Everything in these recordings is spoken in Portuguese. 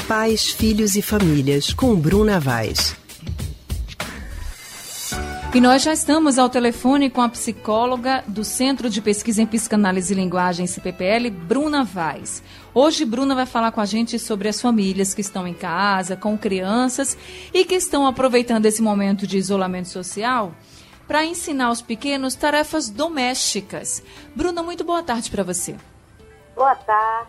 Pais, Filhos e Famílias, com Bruna Vaz. E nós já estamos ao telefone com a psicóloga do Centro de Pesquisa em Psicanálise e Linguagem, CPPL, Bruna Vaz. Hoje, Bruna vai falar com a gente sobre as famílias que estão em casa, com crianças e que estão aproveitando esse momento de isolamento social para ensinar aos pequenos tarefas domésticas. Bruna, muito boa tarde para você. Boa tarde.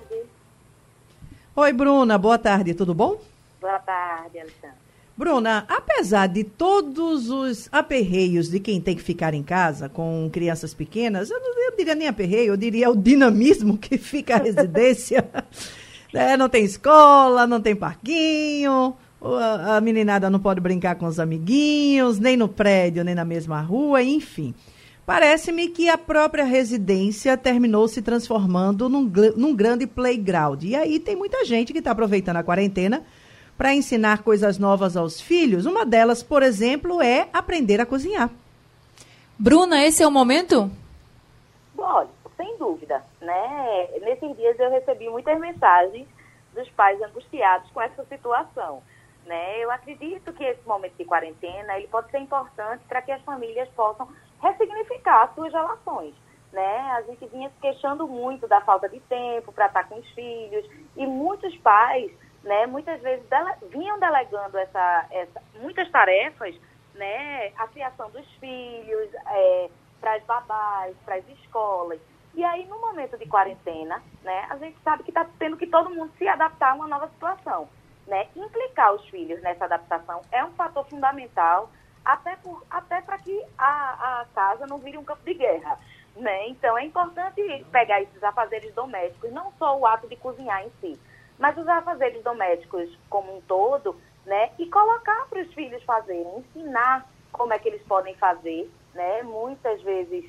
Oi, Bruna, boa tarde, tudo bom? Boa tarde, Alexandre. Bruna, apesar de todos os aperreios de quem tem que ficar em casa com crianças pequenas, eu não diria nem aperreio, eu diria o dinamismo que fica a residência. Não tem escola, não tem parquinho, a meninada não pode brincar com os amiguinhos, nem no prédio, nem na mesma rua, enfim. Parece-me que a própria residência terminou se transformando num grande playground. E aí tem muita gente que está aproveitando a quarentena para ensinar coisas novas aos filhos. Uma delas, por exemplo, é aprender a cozinhar. Bruna, esse é o momento? Olha, sem dúvida, né? Nesses dias eu recebi muitas mensagens dos pais angustiados com essa situação, né? Eu acredito que esse momento de quarentena ele pode ser importante para que as famílias possam ressignificar as suas relações, né? A gente vinha se queixando muito da falta de tempo para estar com os filhos e muitos pais, né, muitas vezes vinham delegando muitas tarefas, né, a criação dos filhos, para as babás, para as escolas. E aí, no momento de quarentena, né, a gente sabe que está tendo que todo mundo se adaptar a uma nova situação, né? Implicar os filhos nessa adaptação é um fator fundamental, até para que a casa não vire um campo de guerra, né? Então, é importante pegar esses afazeres domésticos, não só o ato de cozinhar em si, mas os afazeres domésticos como um todo, né? E colocar para os filhos fazerem, ensinar como é que eles podem fazer, né? Muitas vezes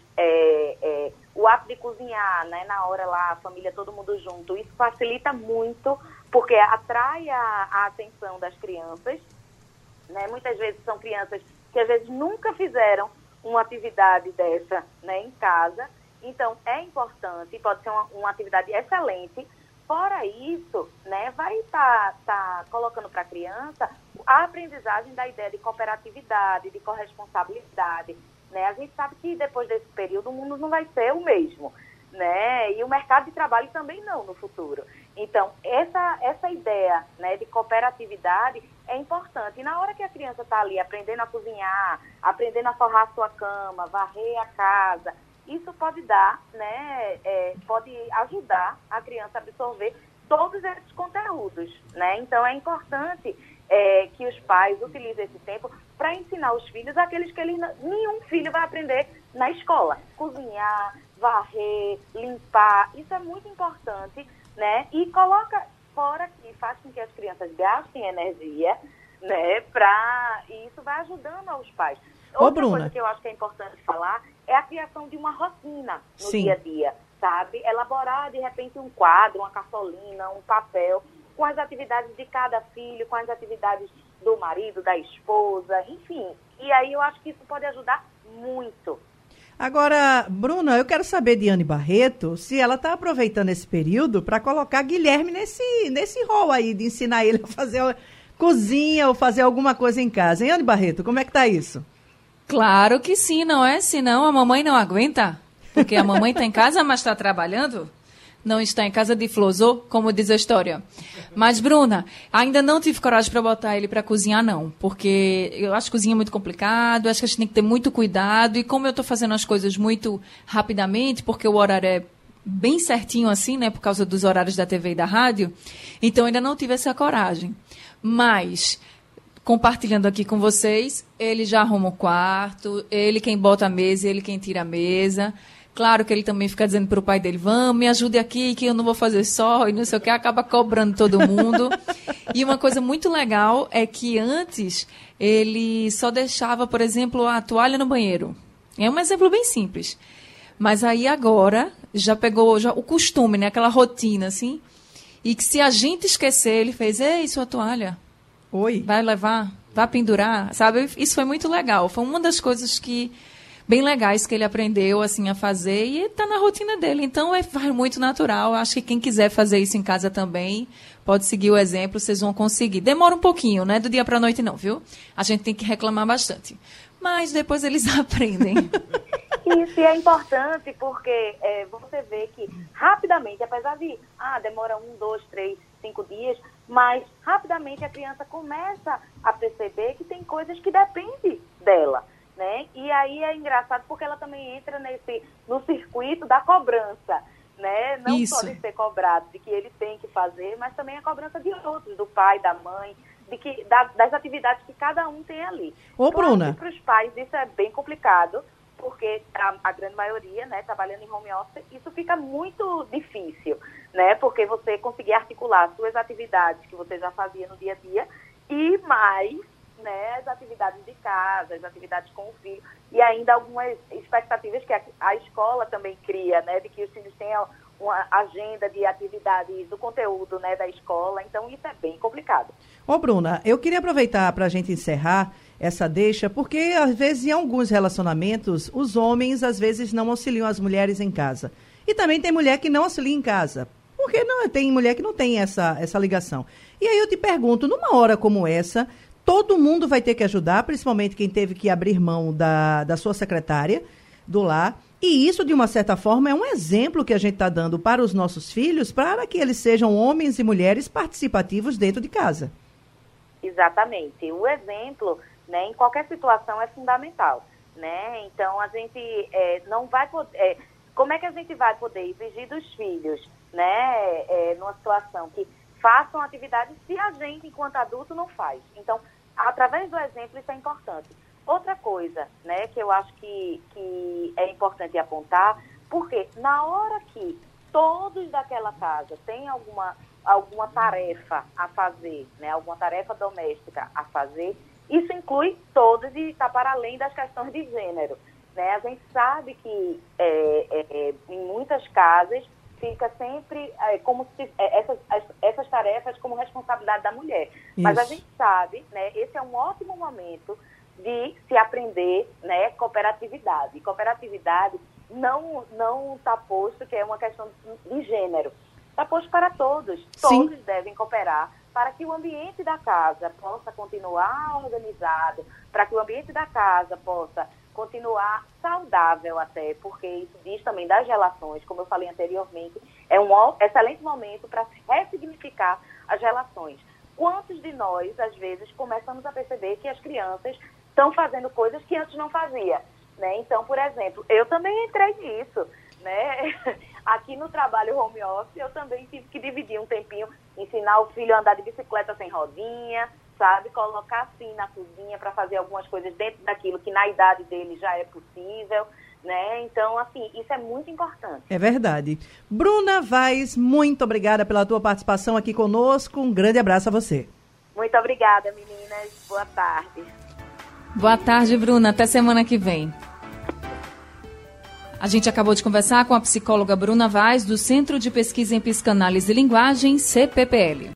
o ato de cozinhar, né? Na hora lá, a família, todo mundo junto, isso facilita muito, porque atrai a atenção das crianças, né? Muitas vezes são crianças que às vezes nunca fizeram uma atividade dessa, né, em casa. Então, é importante, pode ser uma atividade excelente. Fora isso, né, vai estar colocando para a criança a aprendizagem da ideia de cooperatividade, de corresponsabilidade, né? A gente sabe que depois desse período o mundo não vai ser o mesmo, né? E o mercado de trabalho também não no futuro. Então, essa ideia, né, de cooperatividade é importante. E na hora que a criança está ali aprendendo a cozinhar, aprendendo a forrar a sua cama, varrer a casa, isso pode dar, né, pode ajudar a criança a absorver todos esses conteúdos, né? Então, é importante que os pais utilizem esse tempo para ensinar os filhos aqueles que nenhum filho vai aprender na escola. Cozinhar, varrer, limpar, isso é muito importante, né? E coloca fora que faz com que as crianças gastem energia, né? E isso vai ajudando aos pais. Outra coisa que eu acho que é importante falar é a criação de uma rotina no dia a dia, sabe? Elaborar, de repente, um quadro, uma cartolina, um papel, com as atividades de cada filho, com as atividades do marido, da esposa, enfim. E aí eu acho que isso pode ajudar muito. Agora, Bruna, eu quero saber de Anne Barreto se ela está aproveitando esse período para colocar Guilherme nesse rol aí, de ensinar ele a fazer cozinha ou fazer alguma coisa em casa. Hein, Anne Barreto, como é que tá isso? Claro que sim, não é? Senão a mamãe não aguenta. Porque a mamãe está em casa, mas está trabalhando. Não está em casa de flosô, como diz a história. Mas, Bruna, ainda não tive coragem para botar ele para cozinhar, não. Porque eu acho cozinha muito complicado, acho que a gente tem que ter muito cuidado. E como eu estou fazendo as coisas muito rapidamente, porque o horário é bem certinho assim, né? Por causa dos horários da TV e da rádio. Então, ainda não tive essa coragem. Mas, compartilhando aqui com vocês, ele já arruma o quarto, ele quem bota a mesa, ele quem tira a mesa. Claro que ele também fica dizendo para o pai dele, vamos, me ajude aqui, que eu não vou fazer só, e não sei o que, acaba cobrando todo mundo. E uma coisa muito legal é que antes ele só deixava, por exemplo, a toalha no banheiro. É um exemplo bem simples. Mas aí agora já pegou o costume, né, aquela rotina, assim, e que se a gente esquecer, ele fez, ei, sua toalha, oi, vai levar, vai pendurar, sabe? Isso foi muito legal. Foi uma das coisas que bem legais que ele aprendeu assim a fazer e está na rotina dele. Então vai muito natural. Acho que quem quiser fazer isso em casa também pode seguir o exemplo, vocês vão conseguir. Demora um pouquinho, não é do dia para a noite não, viu? A gente tem que reclamar bastante. Mas depois eles aprendem. Isso é importante porque você vê que rapidamente, apesar de demora 1, 2, 3, 5 dias, mas rapidamente a criança começa a perceber que tem coisas que dependem dela, né? E aí é engraçado porque ela também entra no circuito da cobrança, né? Não só de ser cobrado, de que ele tem que fazer, mas também a cobrança de outros, do pai, da mãe, das atividades que cada um tem ali. Ô, Bruna. Para os pais isso é bem complicado, porque a grande maioria, né, trabalhando em home office, isso fica muito difícil, né, porque você conseguir articular suas atividades que você já fazia no dia a dia e mais, né, as atividades de casa, as atividades com o filho e ainda algumas expectativas que a escola também cria, né, de que os filhos tenham uma agenda de atividades do conteúdo, né, da escola, então isso é bem complicado. Ô, Bruna, eu queria aproveitar para a gente encerrar essa deixa, porque às vezes em alguns relacionamentos, os homens às vezes não auxiliam as mulheres em casa. E também tem mulher que não auxilia em casa, porque não tem mulher que não tem essa ligação. E aí eu te pergunto, numa hora como essa, todo mundo vai ter que ajudar, principalmente quem teve que abrir mão da sua secretária do lar. E isso, de uma certa forma, é um exemplo que a gente está dando para os nossos filhos, para que eles sejam homens e mulheres participativos dentro de casa. Exatamente. O exemplo, né, em qualquer situação é fundamental, né? Então, a gente não vai poder... como é que a gente vai poder exigir dos filhos, né, numa situação que façam atividades se a gente, enquanto adulto, não faz? Então, através do exemplo, isso é importante. Outra coisa, né, que eu acho que é importante apontar, porque na hora que todos daquela casa têm alguma tarefa a fazer, né, alguma tarefa doméstica a fazer, isso inclui todos e está para além das questões de gênero, né? A gente sabe que em muitas casas fica sempre como se essas tarefas como responsabilidade da mulher. Isso. Mas a gente sabe, né, esse é um ótimo momento de se aprender, né, cooperatividade. E cooperatividade não está posto que é uma questão de gênero. Está posto para todos. Sim. Todos devem cooperar para que o ambiente da casa possa continuar organizado, para que o ambiente da casa possa continuar saudável até, porque isso diz também das relações, como eu falei anteriormente, é um excelente momento para se ressignificar as relações. Quantos de nós, às vezes, começamos a perceber que as crianças estão fazendo coisas que antes não fazia, né? Então, por exemplo, eu também entrei nisso, né? Aqui no trabalho home office, eu também tive que dividir um tempinho, ensinar o filho a andar de bicicleta sem rodinha, sabe? Colocar assim na cozinha para fazer algumas coisas dentro daquilo que na idade dele já é possível, né? Então, assim, isso é muito importante. É verdade. Bruna Vaz, muito obrigada pela tua participação aqui conosco. Um grande abraço a você. Muito obrigada, meninas. Boa tarde. Boa tarde, Bruna. Até semana que vem. A gente acabou de conversar com a psicóloga Bruna Vaz, do Centro de Pesquisa em Psicanálise e Linguagem, CPPL.